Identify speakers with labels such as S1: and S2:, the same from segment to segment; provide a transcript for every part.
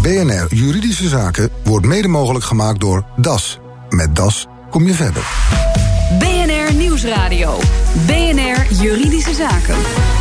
S1: BNR Juridische Zaken wordt mede mogelijk gemaakt door DAS. Met DAS kom je verder.
S2: BNR Nieuwsradio. BNR Juridische Zaken.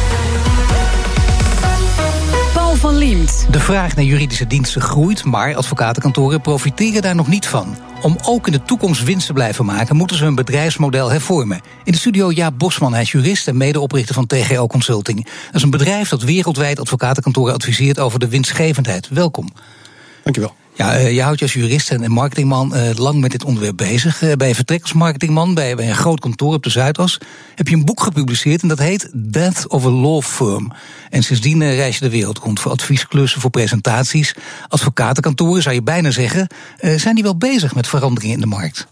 S2: Paul van Liemt.
S3: De vraag naar juridische diensten groeit, maar advocatenkantoren profiteren daar nog niet van. Om ook in de toekomst winst te blijven maken, moeten ze hun bedrijfsmodel hervormen. In de studio Jaap Bosman, hij is jurist en medeoprichter van TGO Consulting. Dat is een bedrijf dat wereldwijd advocatenkantoren adviseert over de winstgevendheid. Welkom.
S4: Dankjewel.
S3: Ja, je houdt je als jurist en marketingman lang met dit onderwerp bezig. Bij je vertrek als marketingman bij een groot kantoor op de Zuidas heb je een boek gepubliceerd en dat heet Death of a Law Firm. En sindsdien reis je de wereld rond voor adviesklussen, voor presentaties. Advocatenkantoren, zou je bijna zeggen, zijn die wel bezig met veranderingen in de markt?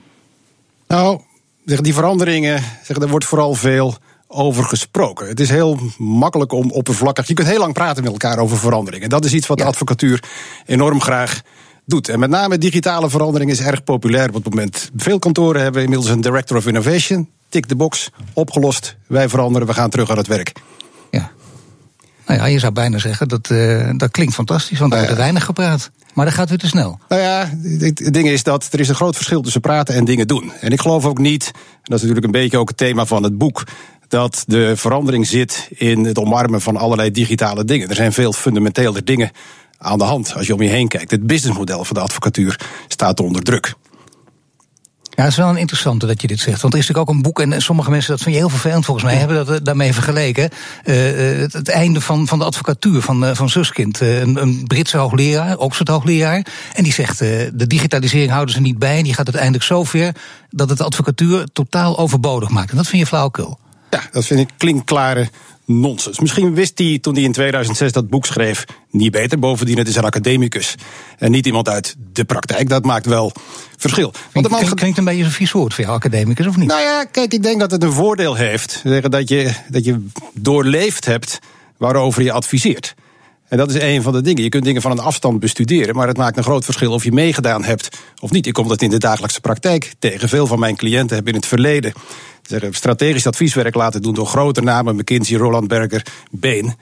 S4: Nou, die veranderingen, daar wordt vooral veel over gesproken. Het is heel makkelijk om oppervlakkig. Je kunt heel lang praten met elkaar over veranderingen. Dat is iets wat de advocatuur enorm graag doet. En met name digitale verandering is erg populair op het moment. Veel kantoren hebben inmiddels een Director of Innovation. Tik de box, opgelost. Wij veranderen, we gaan terug aan het werk.
S3: Ja. Nou ja, je zou bijna zeggen, dat klinkt fantastisch, want er wordt weinig gepraat. Maar dat gaat weer te snel.
S4: Nou ja, het ding is dat er is een groot verschil tussen praten en dingen doen. En ik geloof ook niet, en dat is natuurlijk een beetje ook het thema van het boek, dat de verandering zit in het omarmen van allerlei digitale dingen. Er zijn veel fundamenteler dingen aan de hand als je om je heen kijkt. Het businessmodel van de advocatuur staat onder druk.
S3: Ja, het is wel een interessante dat je dit zegt. Want er is natuurlijk ook een boek, en sommige mensen, dat vind je heel vervelend volgens mij, hebben dat daarmee vergeleken. Het einde van de advocatuur van Susskind. Een Britse hoogleraar, Oxford hoogleraar. En die zegt, de digitalisering houden ze niet bij. En die gaat uiteindelijk zo ver dat het de advocatuur totaal overbodig maakt. En dat vind je flauwekul.
S4: Ja, dat vind ik klinkklare nonsens. Misschien wist hij toen hij in 2006 dat boek schreef niet beter. Bovendien, het is een academicus en niet iemand uit de praktijk. Dat maakt wel verschil. Want de man
S3: klinkt een beetje een vies woord voor jou, academicus, of niet?
S4: Nou ja, kijk, ik denk dat het een voordeel heeft. Dat je doorleefd hebt waarover je adviseert. En dat is een van de dingen. Je kunt dingen van een afstand bestuderen, maar het maakt een groot verschil of je meegedaan hebt of niet. Ik kom dat in de dagelijkse praktijk tegen. Veel van mijn cliënten hebben in het verleden strategisch advieswerk laten doen door grote namen, McKinsey, Roland Berger, Bain,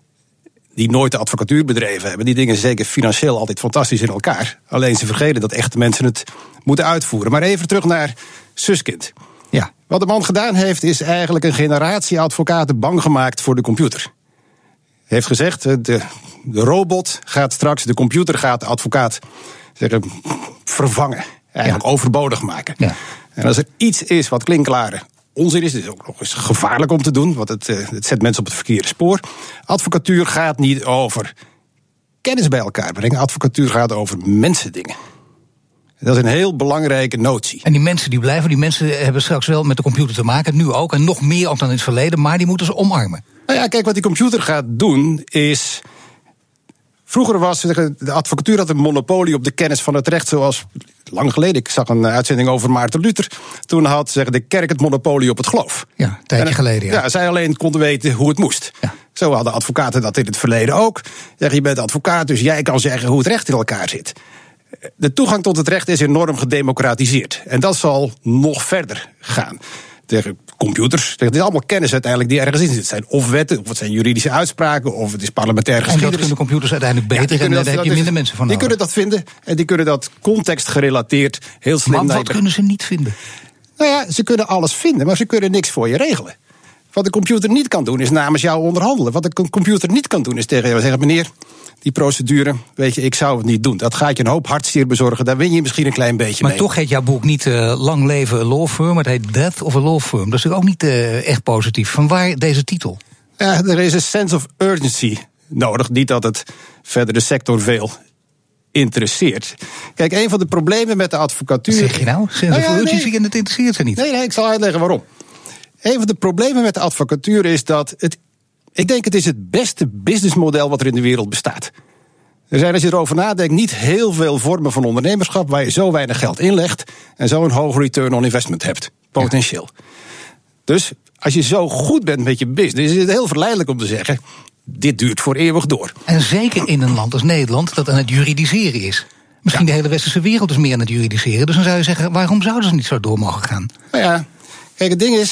S4: die nooit de advocatuur bedreven hebben. Die dingen zijn zeker financieel altijd fantastisch in elkaar. Alleen ze vergeten dat echte mensen het moeten uitvoeren. Maar even terug naar Susskind.
S3: Ja.
S4: Wat de man gedaan heeft, is eigenlijk een generatie advocaten bang gemaakt voor de computer. Hij heeft gezegd, de robot gaat straks, de computer gaat de advocaat vervangen. Eigenlijk overbodig maken. Ja. En als er iets is wat klinkklare onzin is, het is ook nog eens gevaarlijk om te doen, want het zet mensen op het verkeerde spoor. Advocatuur gaat niet over kennis bij elkaar brengen. Advocatuur gaat over mensendingen. Dat is een heel belangrijke notie.
S3: En die mensen die blijven, die mensen hebben straks wel met de computer te maken, nu ook, en nog meer ook dan in het verleden, maar die moeten ze omarmen.
S4: Nou ja, kijk, wat die computer gaat doen is, vroeger was de advocatuur had een monopolie op de kennis van het recht, zoals lang geleden. Ik zag een uitzending over Maarten Luther. Toen had de kerk het monopolie op het geloof.
S3: Ja, een tijdje geleden.
S4: Ja, zij alleen konden weten hoe het moest. Ja. Zo hadden advocaten dat in het verleden ook. Je bent advocaat, dus jij kan zeggen hoe het recht in elkaar zit. De toegang tot het recht is enorm gedemocratiseerd. En dat zal nog verder gaan. Tegen computers. Het is allemaal kennis uiteindelijk die ergens in zit. Het zijn of wetten, of het zijn juridische uitspraken, of het is parlementaire geschiedenis.
S3: En dat kunnen computers uiteindelijk beter, en daar heb je minder mensen van nodig.
S4: Die kunnen dat vinden en die kunnen dat contextgerelateerd heel slim.
S3: Maar wat kunnen ze niet vinden?
S4: Nou ja, ze kunnen alles vinden, maar ze kunnen niks voor je regelen. Wat de computer niet kan doen, is namens jou onderhandelen. Wat de computer niet kan doen, is tegen jou zeggen, meneer, die procedure, weet je, ik zou het niet doen. Dat gaat je een hoop hartzeer bezorgen, daar win je misschien een klein beetje mee.
S3: Maar toch heet jouw boek niet Lang leven a law firm, het heet Death of a law firm. Dat is ook niet echt positief. Vanwaar deze titel?
S4: Ja, er is een sense of urgency nodig. Niet dat het verder de sector veel interesseert. Kijk, een van de problemen met de advocatuur.
S3: Wat zeg je nou? Sense of urgency en het interesseert ze niet.
S4: Nee, ik zal uitleggen waarom. Een van de problemen met de advocatuur is dat ik denk het is het beste businessmodel wat er in de wereld bestaat. Er zijn, als je erover nadenkt, niet heel veel vormen van ondernemerschap waar je zo weinig geld inlegt en zo een hoge return on investment hebt, potentieel. Ja. Dus als je zo goed bent met je business, is het heel verleidelijk om te zeggen, dit duurt voor eeuwig door.
S3: En zeker in een land als Nederland dat aan het juridiseren is. Misschien de hele westerse wereld is meer aan het juridiseren. Dus dan zou je zeggen, waarom zouden ze niet zo door mogen gaan?
S4: Nou ja, kijk, het ding is,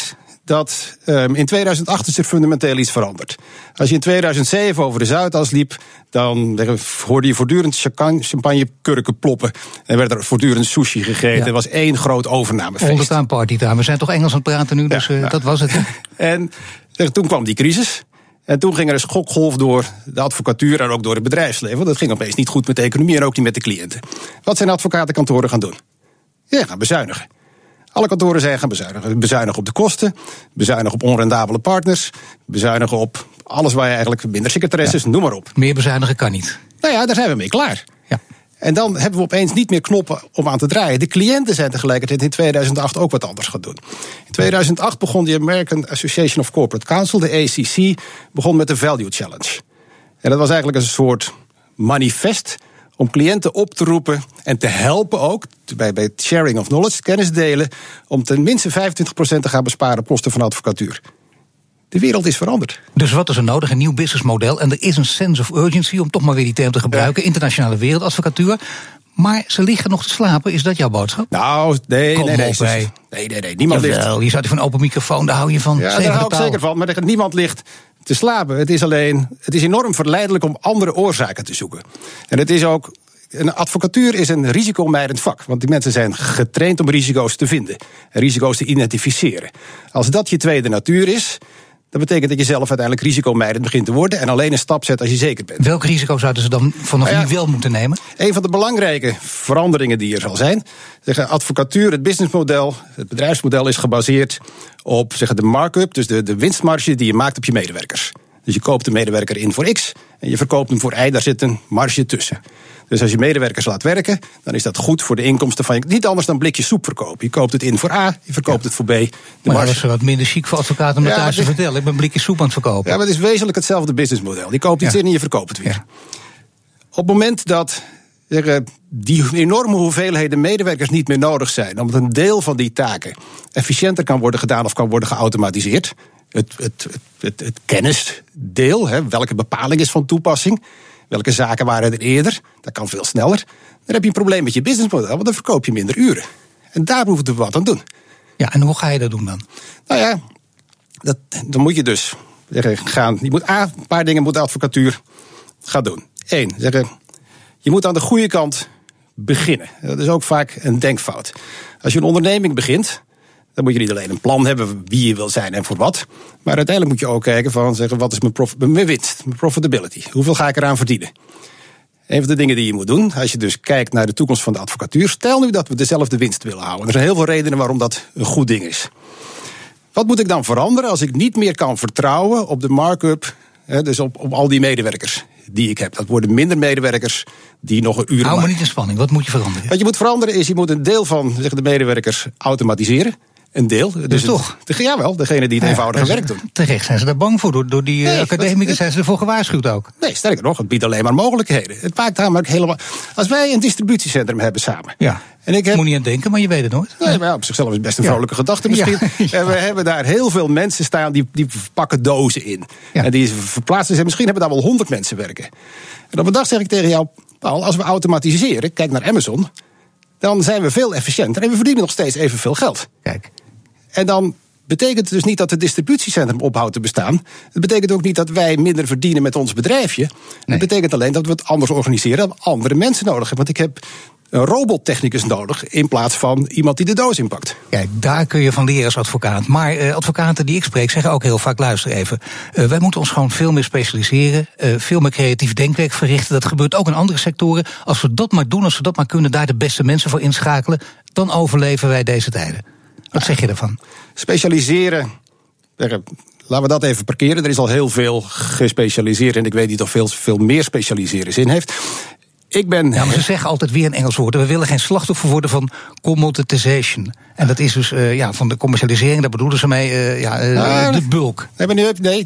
S4: dat in 2008 is er fundamenteel iets veranderd. Als je in 2007 over de Zuidas liep, dan hoorde je voortdurend champagnekurken ploppen. En werd er voortdurend sushi gegeten.
S3: Ja.
S4: Er was één groot overnamefeest.
S3: All the time party time. We zijn toch Engels aan het praten nu, dus dat was het.
S4: En toen kwam die crisis. En toen ging er een schokgolf door de advocatuur en ook door het bedrijfsleven. Want dat ging opeens niet goed met de economie en ook niet met de cliënten. Wat zijn advocatenkantoren gaan doen? Ja, gaan bezuinigen. Alle kantoren zijn gaan bezuinigen. Bezuinigen op de kosten, bezuinigen op onrendabele partners, bezuinigen op alles waar je eigenlijk minder secretaresses, noem maar op.
S3: Meer bezuinigen kan niet.
S4: Nou ja, daar zijn we mee klaar.
S3: Ja.
S4: En dan hebben we opeens niet meer knoppen om aan te draaien. De cliënten zijn tegelijkertijd in 2008 ook wat anders gaan doen. In 2008 begon de American Association of Corporate Counsel, de ACC, begon met de Value Challenge. En dat was eigenlijk een soort manifest om cliënten op te roepen en te helpen ook, bij sharing of knowledge, kennis delen, om tenminste 25% te gaan besparen op kosten van advocatuur. De wereld is veranderd.
S3: Dus wat is er nodig? Een nieuw businessmodel. En er is een sense of urgency, om toch maar weer die term te gebruiken. Ja. Internationale wereldadvocatuur. Maar ze liggen nog te slapen. Is dat jouw boodschap?
S4: Nou, nee. Niemand ligt.
S3: Je zou van een open microfoon, daar hou je van.
S4: Ja, daar hou ik zeker van. Maar niemand ligt te slapen. Het is enorm verleidelijk om andere oorzaken te zoeken. En het is ook. Een advocatuur is een risicomijdend vak. Want die mensen zijn getraind om risico's te vinden. En risico's te identificeren. Als dat je tweede natuur is, dat betekent dat je zelf uiteindelijk risicomijdend begint te worden en alleen een stap zet als je zeker bent.
S3: Welk risico zouden ze dan vanaf nu wel moeten nemen?
S4: Een van de belangrijke veranderingen die er zal zijn. Advocatuur, het businessmodel, het bedrijfsmodel is gebaseerd op de markup, dus de winstmarge die je maakt op je medewerkers. Dus je koopt de medewerker in voor X en je verkoopt hem voor Y, daar zit een marge tussen. Dus als je medewerkers laat werken, dan is dat goed voor de inkomsten van je. Niet anders dan een blikje soep verkopen. Je koopt het in voor A, je verkoopt het voor B.
S3: Maar dat is wat minder chic voor advocaten om dat thuis te vertellen. Ik ben een blikje soep aan het verkopen.
S4: Ja, maar het is wezenlijk hetzelfde businessmodel. Je koopt iets in en je verkoopt het weer. Ja. Op het moment dat die enorme hoeveelheden medewerkers niet meer nodig zijn, omdat een deel van die taken efficiënter kan worden gedaan of kan worden geautomatiseerd. Het kennisdeel, welke bepaling is van toepassing. Welke zaken waren er eerder? Dat kan veel sneller. Dan heb je een probleem met je businessmodel, want dan verkoop je minder uren. En daar moeten we wat aan doen.
S3: Ja, en hoe ga je dat doen dan?
S4: Nou ja, dan moet je dus gaan. Een paar dingen moet de advocatuur gaan doen. 1, je moet aan de goede kant beginnen. Dat is ook vaak een denkfout. Als je een onderneming begint, dan moet je niet alleen een plan hebben wie je wil zijn en voor wat. Maar uiteindelijk moet je ook kijken van wat is mijn winst, mijn profitability. Hoeveel ga ik eraan verdienen? Een van de dingen die je moet doen, als je dus kijkt naar de toekomst van de advocatuur, stel nu dat we dezelfde winst willen houden. Er zijn heel veel redenen waarom dat een goed ding is. Wat moet ik dan veranderen als ik niet meer kan vertrouwen op de markup, dus op al die medewerkers die ik heb? Dat worden minder medewerkers die nog een uur.
S3: Hou me niet in spanning, wat moet je veranderen?
S4: Wat je moet veranderen is, je moet een deel van de medewerkers automatiseren. Een deel. Dus
S3: toch?
S4: Jawel, degene die het eenvoudige werk doen.
S3: Terecht zijn ze daar bang voor. Door die academicus zijn ze ervoor gewaarschuwd ook.
S4: Nee, sterker nog, het biedt alleen maar mogelijkheden. Het maakt namelijk helemaal. Als wij een distributiecentrum hebben samen.
S3: Ja. En ik moet niet aan denken, maar je weet het nooit.
S4: Nee, maar op zichzelf is het best een vrolijke gedachte misschien. Ja. En we hebben daar heel veel mensen staan die pakken dozen in. Ja. En die verplaatsen zijn. Misschien hebben daar wel 100 mensen werken. En op een dag zeg ik tegen jou, Paul, als we automatiseren, kijk naar Amazon, dan zijn we veel efficiënter en we verdienen nog steeds evenveel geld.
S3: Kijk.
S4: En dan betekent het dus niet dat het distributiecentrum ophoudt te bestaan. Het betekent ook niet dat wij minder verdienen met ons bedrijfje. Nee. Het betekent alleen dat we het anders organiseren, dat we andere mensen nodig hebben. Want ik heb een robottechnicus nodig in plaats van iemand die de doos inpakt.
S3: Kijk, daar kun je van leren als advocaat. Maar advocaten die ik spreek zeggen ook heel vaak, luister even, wij moeten ons gewoon veel meer specialiseren, veel meer creatief denkwerk verrichten. Dat gebeurt ook in andere sectoren. Als we dat maar doen, als we dat maar kunnen, daar de beste mensen voor inschakelen, dan overleven wij deze tijden. Wat zeg je ervan? Specialiseren,
S4: laten we dat even parkeren. Er is al heel veel gespecialiseerd en ik weet niet of veel meer specialiseren zin heeft.
S3: Maar ze zeggen altijd weer een Engels woord. We willen geen slachtoffer worden van commoditization. En dat is dus van de commercialisering, daar bedoelen ze mee de bulk.
S4: Nee.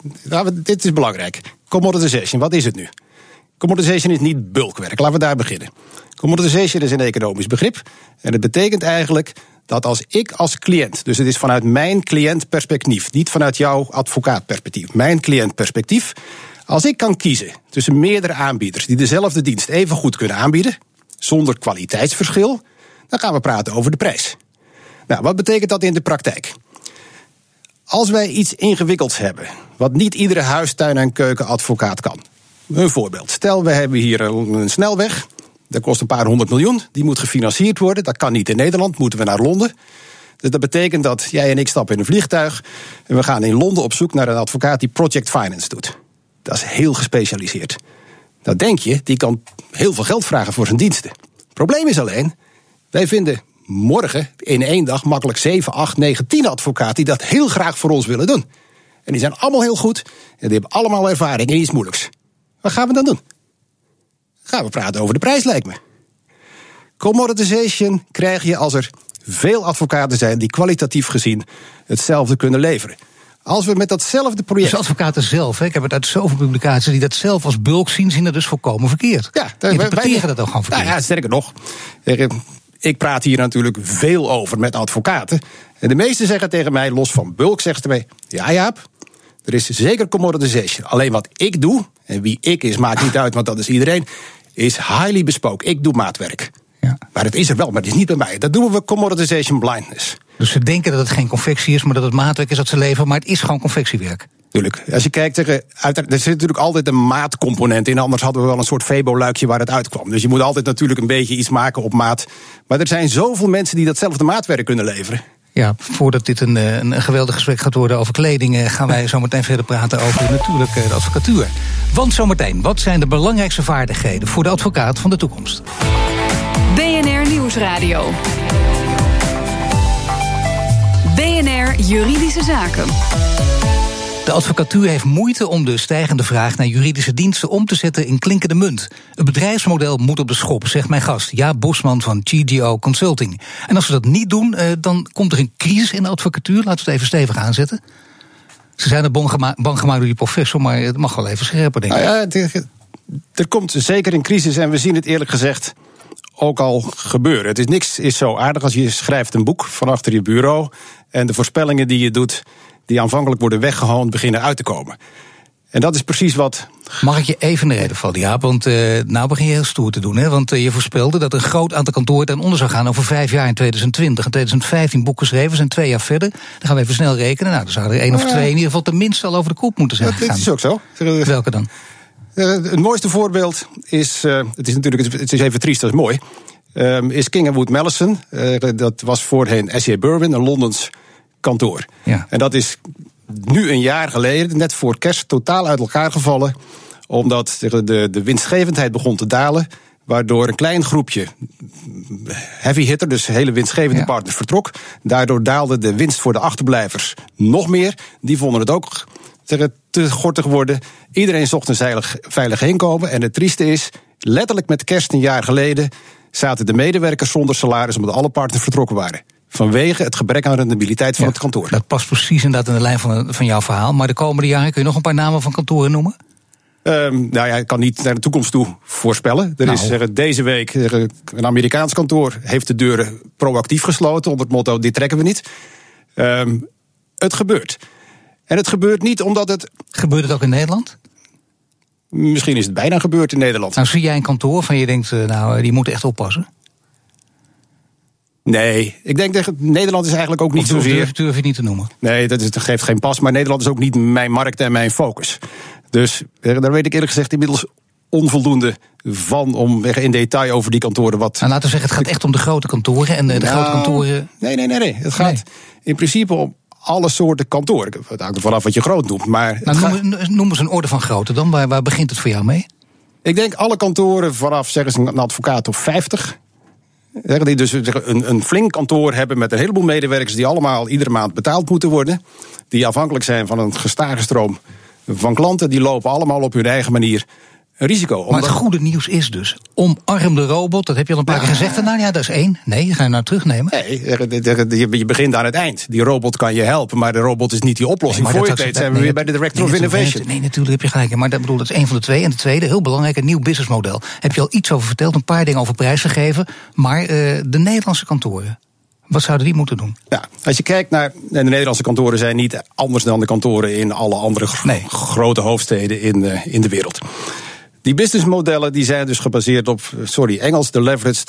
S4: Dit is belangrijk. Commoditization, wat is het nu? Commoditization is niet bulkwerk, laten we daar beginnen. Commoditization is een economisch begrip. En het betekent eigenlijk dat als ik als cliënt, dus het is vanuit mijn cliëntperspectief, niet vanuit jouw advocaatperspectief, mijn cliëntperspectief, als ik kan kiezen tussen meerdere aanbieders die dezelfde dienst even goed kunnen aanbieden, zonder kwaliteitsverschil, dan gaan we praten over de prijs. Nou, wat betekent dat in de praktijk? Als wij iets ingewikkelds hebben, wat niet iedere huistuin- en keukenadvocaat kan. Een voorbeeld. Stel, we hebben hier een snelweg. Dat kost een paar 100 miljoen. Die moet gefinancierd worden. Dat kan niet in Nederland, moeten we naar Londen. Dus dat betekent dat jij en ik stappen in een vliegtuig en we gaan in Londen op zoek naar een advocaat die project finance doet. Dat is heel gespecialiseerd. Nou denk je, die kan heel veel geld vragen voor zijn diensten. Het probleem is alleen, wij vinden morgen in 1 dag makkelijk 7, 8, 9, 10 advocaten die dat heel graag voor ons willen doen. En die zijn allemaal heel goed en die hebben allemaal ervaring in iets moeilijks. Wat gaan we dan doen? Gaan we praten over de prijs, lijkt me. Commoditization krijg je als er veel advocaten zijn die kwalitatief gezien hetzelfde kunnen leveren. Als we met datzelfde project...
S3: Dus advocaten zelf, hè, ik heb het uit zoveel publicaties die dat zelf als bulk zien dat dus volkomen verkeerd.
S4: Ja,
S3: interpreteren dat ook gewoon verkeerd.
S4: Nou ja, sterker nog, ik praat hier natuurlijk veel over met advocaten. En de meesten zeggen tegen mij, los van bulk, zeggen ze mij: ja Jaap, er is zeker commoditization. Alleen wat ik doe, en wie ik is, maakt niet uit, want dat is iedereen, is highly bespoke. Ik doe maatwerk. Ja. Maar het is er wel, maar het is niet bij mij. Dat doen we commoditization blindness.
S3: Dus ze denken dat het geen confectie is, maar dat het maatwerk is dat ze leveren, maar het is gewoon confectiewerk.
S4: Tuurlijk. Als je kijkt, er zit natuurlijk altijd een maatcomponent in. Anders hadden we wel een soort Febo-luikje waar het uitkwam. Dus je moet altijd natuurlijk een beetje iets maken op maat. Maar er zijn zoveel mensen die datzelfde maatwerk kunnen leveren.
S3: Ja, voordat dit een geweldig gesprek gaat worden over kleding, gaan wij zometeen verder praten over natuurlijk de advocatuur. Want zometeen, wat zijn de belangrijkste vaardigheden voor de advocaat van de toekomst?
S2: BNR Nieuwsradio. BNR Juridische Zaken.
S3: De advocatuur heeft moeite om de stijgende vraag naar juridische diensten om te zetten in klinkende munt. Het bedrijfsmodel moet op de schop, zegt mijn gast Jaap Bosman van GGO Consulting. En als we dat niet doen, dan komt er een crisis in de advocatuur. Laten we het even stevig aanzetten. Ze zijn er bang gemaakt door die professor, maar het mag wel even scherper, denk ik.
S4: Nou ja, er komt zeker een crisis en we zien het eerlijk gezegd ook al gebeuren. Het is niks is zo aardig als je schrijft een boek van achter je bureau en de voorspellingen die je doet, die aanvankelijk worden weggehoond, beginnen uit te komen. En dat is precies wat...
S3: Mag ik je even in de reden vallen, Jaap? Want nou begin je heel stoer te doen, hè? Want je voorspelde dat een groot aantal kantoren ten onder zou gaan over 5 jaar in 2020. In 2015 boek geschreven, zijn 2 jaar verder. Dan gaan we even snel rekenen. Nou, dan zouden er 1 of 2 in ieder geval tenminste al over de kop moeten zijn gegaan.
S4: Dit is ook zo.
S3: Welke dan?
S4: Het mooiste voorbeeld is, het is even triest, dat is mooi, is King & Wood Mallison. Dat was voorheen S.J. Berwin, een Londens kantoor. Ja. En dat is nu een jaar geleden, net voor kerst, totaal uit elkaar gevallen, omdat de winstgevendheid begon te dalen, waardoor een klein groepje heavy hitter, dus hele winstgevende partners, vertrok. Daardoor daalde de winst voor de achterblijvers nog meer. Die vonden het ook te gortig worden. Iedereen zocht een veilig heenkomen. En het trieste is, letterlijk met kerst een jaar geleden zaten de medewerkers zonder salaris omdat alle partners vertrokken waren. Vanwege het gebrek aan rendabiliteit van het kantoor. Dat
S3: past precies inderdaad in de lijn van jouw verhaal. Maar de komende jaren kun je nog een paar namen van kantoren noemen?
S4: Nou ja, ik kan niet naar de toekomst toe voorspellen. Er is deze week een Amerikaans kantoor heeft de deuren proactief gesloten onder het motto: dit trekken we niet. Het gebeurt. En het gebeurt niet omdat het...
S3: Gebeurt het ook in Nederland?
S4: Misschien is het bijna gebeurd in Nederland.
S3: Nou, zie jij een kantoor van je denkt, die moet echt oppassen?
S4: Nee, ik denk dat Nederland is eigenlijk ook niet zozeer...
S3: Durf je niet te noemen?
S4: Nee, dat geeft geen pas, maar Nederland is ook niet mijn markt en mijn focus. Dus daar weet ik eerlijk gezegd inmiddels onvoldoende van om in detail over die kantoren wat...
S3: Nou, laten we zeggen, het gaat echt om de grote kantoren en de grote kantoren...
S4: Nee. Het gaat in principe om alle soorten kantoren. Het hangt er vanaf wat je groot noemt. Maar
S3: noem eens een orde van grootte dan. Waar begint het voor jou mee?
S4: Ik denk alle kantoren vanaf, zeggen ze, een advocaat op 50... Die dus een flink kantoor hebben met een heleboel medewerkers die allemaal iedere maand betaald moeten worden. Die afhankelijk zijn van een gestage stroom van klanten. Die lopen allemaal op hun eigen manier een risico.
S3: Maar het goede nieuws is dus, omarm de robot, dat heb je al een paar keer gezegd. Nou ja, dat is 1. Nee, ga je nou terugnemen?
S4: Nee, je begint aan het eind. Die robot kan je helpen, maar de robot is niet die oplossing. Voor je weet zijn we weer bij de Director of Innovation.
S3: Nee, natuurlijk heb je gelijk. Maar dat is 1 van de 2. En de tweede, heel belangrijk, een nieuw businessmodel. Heb je al iets over verteld, een paar dingen over prijs gegeven. Maar de Nederlandse kantoren, wat zouden die moeten doen?
S4: Ja, als je kijkt naar de Nederlandse kantoren zijn niet anders dan de kantoren in alle andere grote hoofdsteden in de wereld. Die businessmodellen die zijn dus gebaseerd op, Engels, de leveraged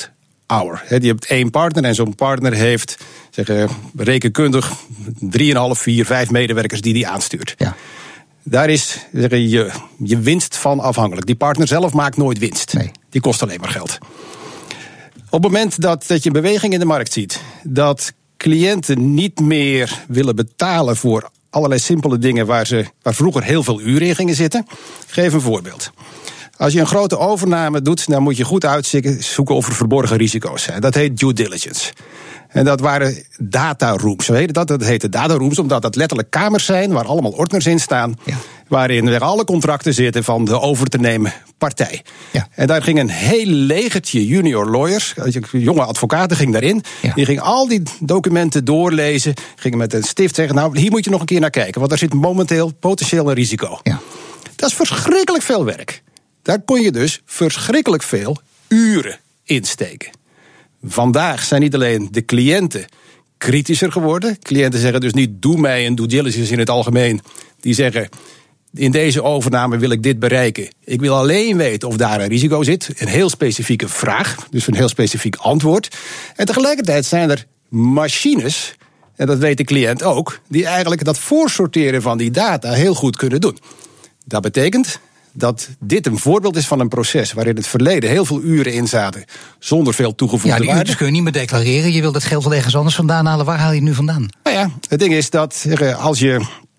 S4: hour. Je hebt 1 partner en zo'n partner heeft rekenkundig 3,5, 4, 5 medewerkers die aanstuurt.
S3: Ja.
S4: Daar is je winst van afhankelijk. Die partner zelf maakt nooit winst.
S3: Nee.
S4: Die kost alleen maar geld. Op het moment dat je een beweging in de markt ziet, dat cliënten niet meer willen betalen voor allerlei simpele dingen waar vroeger heel veel uren in gingen zitten. Geef een voorbeeld. Als je een grote overname doet, dan moet je goed uitzoeken of er verborgen risico's zijn. Dat heet due diligence. En dat waren datarooms. Dat heette datarooms omdat dat letterlijk kamers zijn waar allemaal ordners in staan. Ja. Waarin er alle contracten zitten van de over te nemen partij. Ja. En daar ging een heel legertje junior lawyers, jonge advocaten, ging daarin. Ja. Die gingen al die documenten doorlezen. Gingen met een stift zeggen, nou, hier moet je nog een keer naar kijken. Want daar zit momenteel potentieel een risico. Ja. Dat is verschrikkelijk veel werk. Daar kon je dus verschrikkelijk veel uren in steken. Vandaag zijn niet alleen de cliënten kritischer geworden. Cliënten zeggen dus niet, doe mij een due diligence in het algemeen. Die zeggen, in deze overname wil ik dit bereiken. Ik wil alleen weten of daar een risico zit. Een heel specifieke vraag, dus een heel specifiek antwoord. En tegelijkertijd zijn er machines, en dat weet de cliënt ook, die eigenlijk dat voorsorteren van die data heel goed kunnen doen. Dat betekent dat dit een voorbeeld is van een proces waar in het verleden heel veel uren in zaten zonder veel toegevoegde waarde.
S3: Ja, die uren kun je niet meer declareren. Je wil dat geld wel ergens anders vandaan halen. Waar haal je het nu vandaan?
S4: Nou ja, het ding is dat als je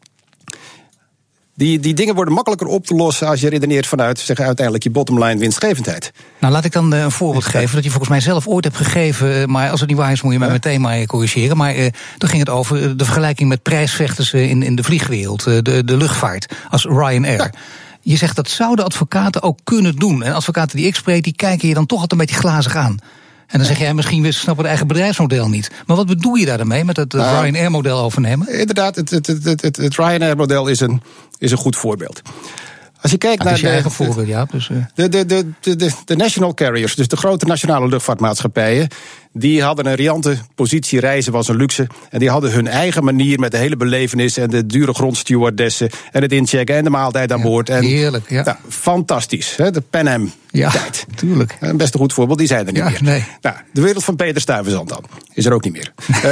S4: Die dingen worden makkelijker op te lossen als je redeneert vanuit uiteindelijk je bottomline winstgevendheid.
S3: Nou, laat ik dan een voorbeeld geven dat je volgens mij zelf ooit hebt gegeven. Maar als het niet waar is, moet je mij meteen maar corrigeren. Maar toen ging het over de vergelijking met prijsvechters in de vliegwereld, de luchtvaart, als Ryanair. Ja. Je zegt dat zouden advocaten ook kunnen doen. En advocaten die ik spreek, die kijken je dan toch altijd een beetje glazig aan. En dan zeg jij, misschien snappen het eigen bedrijfsmodel niet. Maar wat bedoel je daarmee met het Ryanair-model overnemen?
S4: Inderdaad, het Ryanair-model is een goed voorbeeld. Als je kijkt naar
S3: je eigen voorbeeld, ja. Dus,
S4: de national carriers, dus de grote nationale luchtvaartmaatschappijen, die hadden een riante positie, reizen was een luxe. En die hadden hun eigen manier met de hele belevenis en de dure grondstewardessen en het inchecken en de maaltijd aan boord. En,
S3: heerlijk, ja.
S4: Nou, fantastisch, hè, de Pan Am tijd.
S3: Ja, tuurlijk.
S4: Een best een goed voorbeeld, die zijn er niet meer.
S3: Nee.
S4: Nou, de wereld van Peter Stuyvesant dan, is er ook niet meer.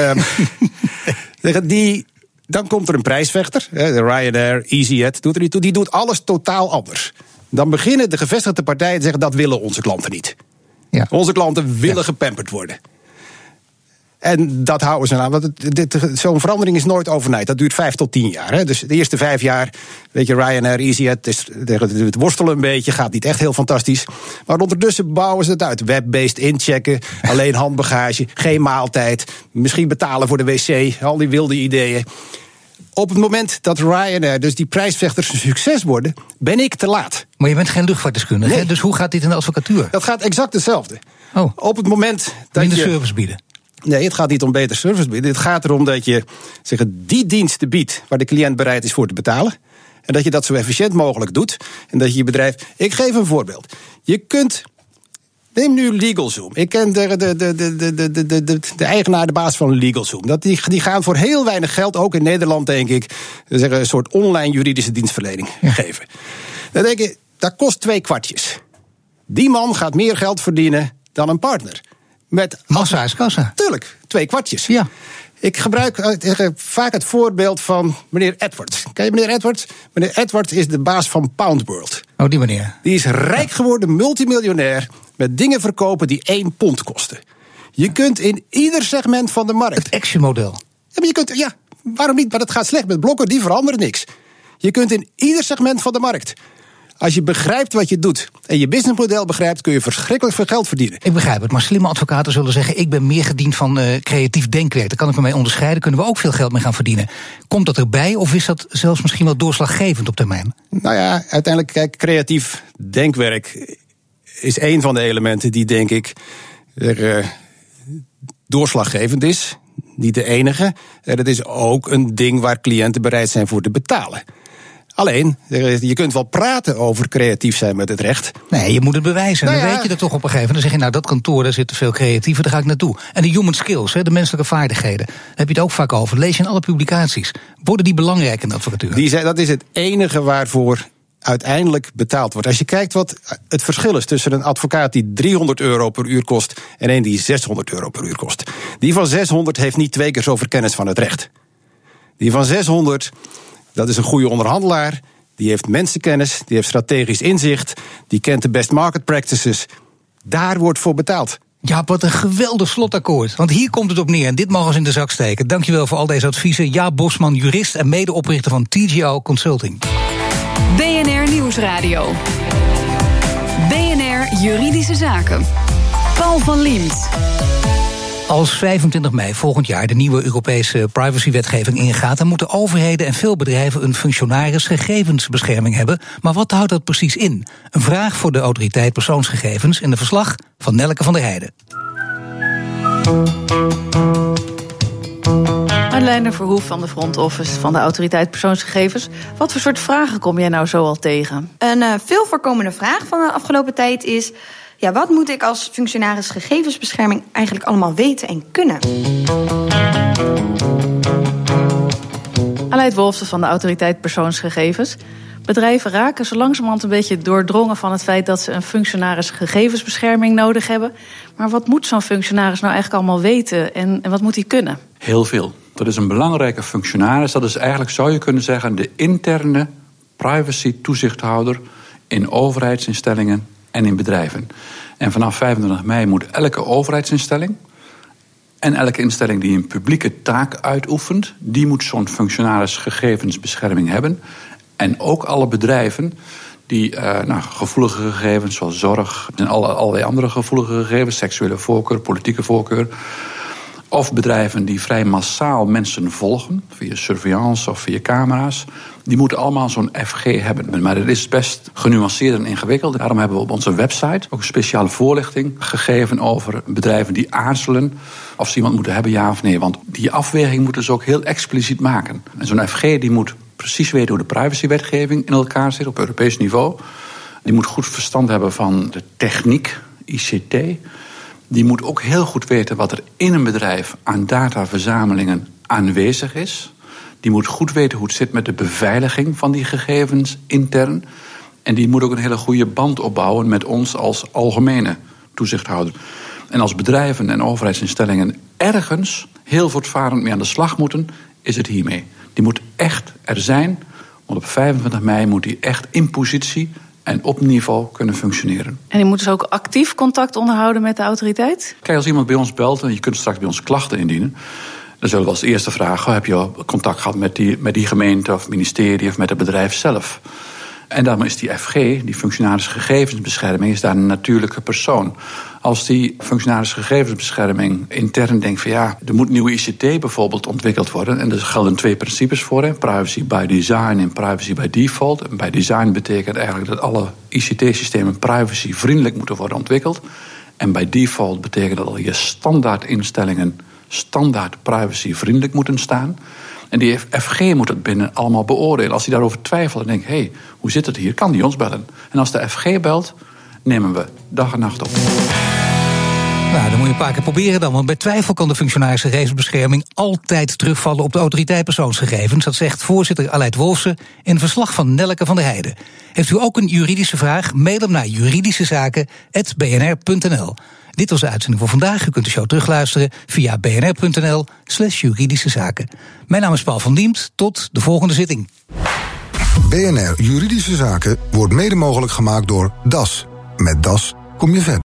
S4: Dan komt er een prijsvechter, de Ryanair, EasyJet, doet er niet toe. Die doet alles totaal anders. Dan beginnen de gevestigde partijen te zeggen, dat willen onze klanten niet. Ja. Onze klanten willen gepamperd worden. En dat houden ze aan. Want zo'n verandering is nooit overnight. Dat duurt 5 tot 10 jaar. Hè. Dus de eerste 5 jaar, weet je, Ryanair, EasyJet, het worstelen een beetje, gaat niet echt heel fantastisch. Maar ondertussen bouwen ze het uit. Web-based inchecken, alleen handbagage, geen maaltijd, misschien betalen voor de wc, al die wilde ideeën. Op het moment dat Ryanair, dus die prijsvechters, een succes worden, ben ik te laat.
S3: Maar je bent geen luchtvaartdeskundige,
S4: nee.
S3: Hè? Dus hoe gaat dit in de advocatuur?
S4: Dat gaat exact hetzelfde.
S3: Oh.
S4: Op het moment dat
S3: minder service bieden.
S4: Nee, het gaat niet om beter service bieden. Het gaat erom dat je die diensten biedt waar de cliënt bereid is voor te betalen. En dat je dat zo efficiënt mogelijk doet. En dat je je bedrijf. Ik geef een voorbeeld. Je kunt. Neem nu LegalZoom. Ik ken de eigenaar, de baas van LegalZoom. Die gaan voor heel weinig geld, ook in Nederland denk ik, een soort online juridische dienstverlening geven. Dan denk je, dat kost 2 kwartjes. Die man gaat meer geld verdienen dan een partner.
S3: Massa is kassa.
S4: Tuurlijk, 2 kwartjes.
S3: Ja.
S4: Ik gebruik vaak het voorbeeld van meneer Edwards. Ken je meneer Edwards? Meneer Edwards is de baas van Poundworld.
S3: Oh, die meneer.
S4: Die is rijk geworden, multimiljonair, met dingen verkopen die 1 pond kosten. Je kunt in ieder segment van de markt.
S3: Het Action-model.
S4: Ja, maar je kunt, waarom niet? Maar dat gaat slecht met blokken, die veranderen niks. Je kunt in ieder segment van de markt. Als je begrijpt wat je doet en je businessmodel begrijpt, kun je verschrikkelijk veel geld verdienen.
S3: Ik begrijp het, maar slimme advocaten zullen zeggen, ik ben meer gediend van creatief denkwerk. Daar kan ik me mee onderscheiden, kunnen we ook veel geld mee gaan verdienen. Komt dat erbij of is dat zelfs misschien wel doorslaggevend op termijn? Nou
S4: ja, uiteindelijk, kijk, creatief denkwerk is een van de elementen die, denk ik, doorslaggevend is. Niet de enige. En het is ook een ding waar cliënten bereid zijn voor te betalen. Alleen, je kunt wel praten over creatief zijn met het recht. Nee, je moet het bewijzen. En dan weet je dat toch op een gegeven moment. Dan zeg je, nou, dat kantoor, daar zit te veel creatiever, daar ga ik naartoe. En de human skills, de menselijke vaardigheden, daar heb je het ook vaak over. Lees je in alle publicaties. Worden die belangrijk in de advocatuur? Dat is het enige waarvoor uiteindelijk betaald wordt. Als je kijkt wat het verschil is tussen een advocaat die €300 per uur kost en een die €600 per uur kost. Die van 600 heeft niet 2 keer zoveel kennis van het recht. Die van 600, dat is een goede onderhandelaar. Die heeft mensenkennis, die heeft strategisch inzicht, die kent de best market practices. Daar wordt voor betaald.
S3: Ja, wat een geweldig slotakkoord. Want hier komt het op neer en dit mag ons in de zak steken. Dankjewel voor al deze adviezen. Jaap Bosman, jurist en medeoprichter van TGO Consulting.
S2: BNR Nieuwsradio. BNR Juridische Zaken. Paul van Liemt.
S3: Als 25 mei volgend jaar de nieuwe Europese privacywetgeving ingaat, dan moeten overheden en veel bedrijven een functionaris gegevensbescherming hebben. Maar wat houdt dat precies in? Een vraag voor de autoriteit persoonsgegevens in een verslag van Nelleke van der Heijden.
S5: Madeleine Verhoef van de Front Office van de autoriteit persoonsgegevens. Wat voor soort vragen kom jij nou zo al tegen?
S6: Een veel voorkomende vraag van de afgelopen tijd is: ja, wat moet ik als functionaris gegevensbescherming eigenlijk allemaal weten en kunnen?
S5: Aleid Wolfsen van de autoriteit persoonsgegevens. Bedrijven raken zo langzamerhand een beetje doordrongen van het feit dat ze een functionaris gegevensbescherming nodig hebben. Maar wat moet zo'n functionaris nou eigenlijk allemaal weten en wat moet hij kunnen?
S7: Heel veel. Dat is een belangrijke functionaris. Dat is eigenlijk, zou je kunnen zeggen, de interne privacy-toezichthouder in overheidsinstellingen en in bedrijven. En vanaf 25 mei moet elke overheidsinstelling en elke instelling die een publieke taak uitoefent, die moet zo'n functionaris gegevensbescherming hebben. En ook alle bedrijven die gevoelige gegevens zoals zorg en allerlei andere gevoelige gegevens, seksuele voorkeur, politieke voorkeur, of bedrijven die vrij massaal mensen volgen via surveillance of via camera's, die moeten allemaal zo'n FG hebben. Maar het is best genuanceerd en ingewikkeld. Daarom hebben we op onze website ook een speciale voorlichting gegeven over bedrijven die aarzelen of ze iemand moeten hebben, ja of nee. Want die afweging moeten ze ook heel expliciet maken. En zo'n FG die moet precies weten hoe de privacywetgeving in elkaar zit op Europees niveau. Die moet goed verstand hebben van de techniek, ICT. Die moet ook heel goed weten wat er in een bedrijf aan dataverzamelingen aanwezig is. Die moet goed weten hoe het zit met de beveiliging van die gegevens intern. En die moet ook een hele goede band opbouwen met ons als algemene toezichthouder. En als bedrijven en overheidsinstellingen ergens heel voortvarend mee aan de slag moeten, is het hiermee. Die moet echt er zijn, want op 25 mei moet die echt in positie en op niveau kunnen functioneren.
S5: En die moeten dus ook actief contact onderhouden met de autoriteit?
S7: Kijk, als iemand bij ons belt en je kunt straks bij ons klachten indienen, dan zullen we als eerste vragen: heb je contact gehad met die gemeente of ministerie of met het bedrijf zelf? En daarom is die FG, die functionaris gegevensbescherming, is daar een natuurlijke persoon. Als die functionaris gegevensbescherming intern denkt van ja, er moet nieuwe ICT bijvoorbeeld ontwikkeld worden, en er gelden 2 principes voor, hè, privacy by design en privacy by default. En by design betekent eigenlijk dat alle ICT-systemen privacyvriendelijk moeten worden ontwikkeld. En by default betekent dat al je standaardinstellingen standaard privacyvriendelijk moeten staan. En die FG moet het binnen allemaal beoordelen. Als hij daarover twijfelt en denkt, hé, hoe zit het hier? Kan die ons bellen? En als de FG belt, nemen we dag en nacht op.
S3: Nou, dan moet je een paar keer proberen dan. Want bij twijfel kan de functionaris gegevensbescherming altijd terugvallen op de autoriteit persoonsgegevens. Dat zegt voorzitter Aleid Wolfsen in een verslag van Nelleke van der Heijden. Heeft u ook een juridische vraag? Mail hem naar juridischezaken@bnr.nl. Dit was de uitzending voor vandaag. U kunt de show terugluisteren via bnr.nl/juridische zaken. Mijn naam is Paul van Liemt. Tot de volgende zitting.
S1: BNR Juridische Zaken wordt mede mogelijk gemaakt door DAS. Met DAS kom je verder.